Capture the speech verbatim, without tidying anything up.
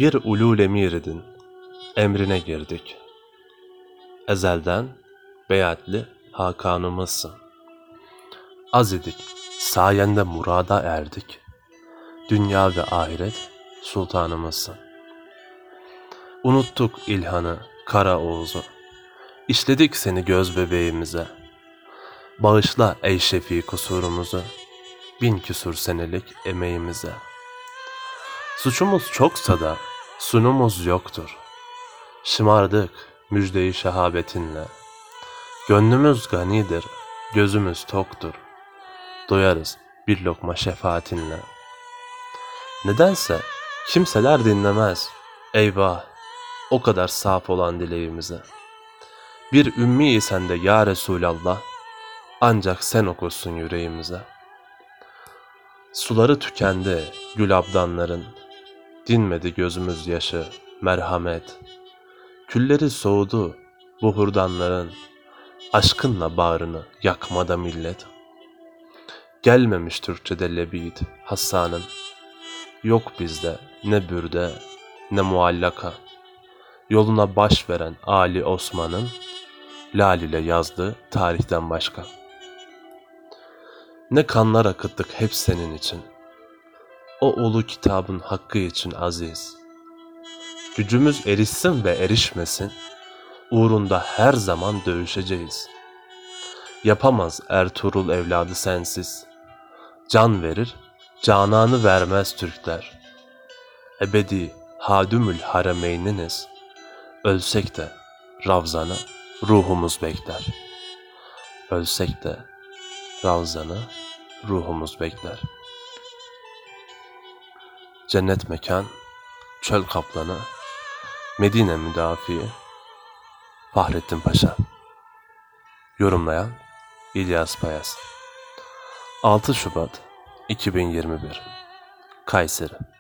Bir ulûl emiridin emrine girdik. Ezelden beyatli hakanımızsın. Az idik, sayende murada erdik. Dünya ve ahiret sultanımızsın. Unuttuk İlhan'ı, Kara Oğuz'u. İşledik seni göz bebeğimize. Bağışla ey şefî kusurumuzu, bin küsur senelik emeğimize. Suçumuz çoksa da sunumuz yoktur. Şımardık müjde-i şehabetinle. Gönlümüz ganidir, gözümüz toktur. Doyarız bir lokma şefaatinle. Nedense kimseler dinlemez. Eyvah, o kadar saf olan dileğimize. Bir ümmi sen de ya Resulallah, ancak sen okursun yüreğimize. Suları tükendi gül abdanların, dinmedi gözümüz yaşı, merhamet. Külleri soğudu bu hurdanların, aşkınla bağrını yakmada millet. Gelmemiş Türkçede lebid Hassan'ın, yok bizde ne bürde ne muallaka. Yoluna baş veren Ali Osman'ın, lal ile yazdığı tarihten başka. Ne kanlar akıttık hep senin için, o ulu kitabın hakkı için aziz. Gücümüz erişsin ve erişmesin, uğrunda her zaman dövüşeceğiz. Yapamaz Ertuğrul evladı sensiz, can verir, cananı vermez Türkler. Ebedi hadümül haremeyniniz, ölsek de Ravzan'ı ruhumuz bekler. Ölsek de Ravzan'ı ruhumuz bekler. Cennet mekan, çöl kaplanı, Medine müdafii, Fahrettin Paşa. Yorumlayan İlyas Payas. altı Şubat iki bin yirmi bir, Kayseri.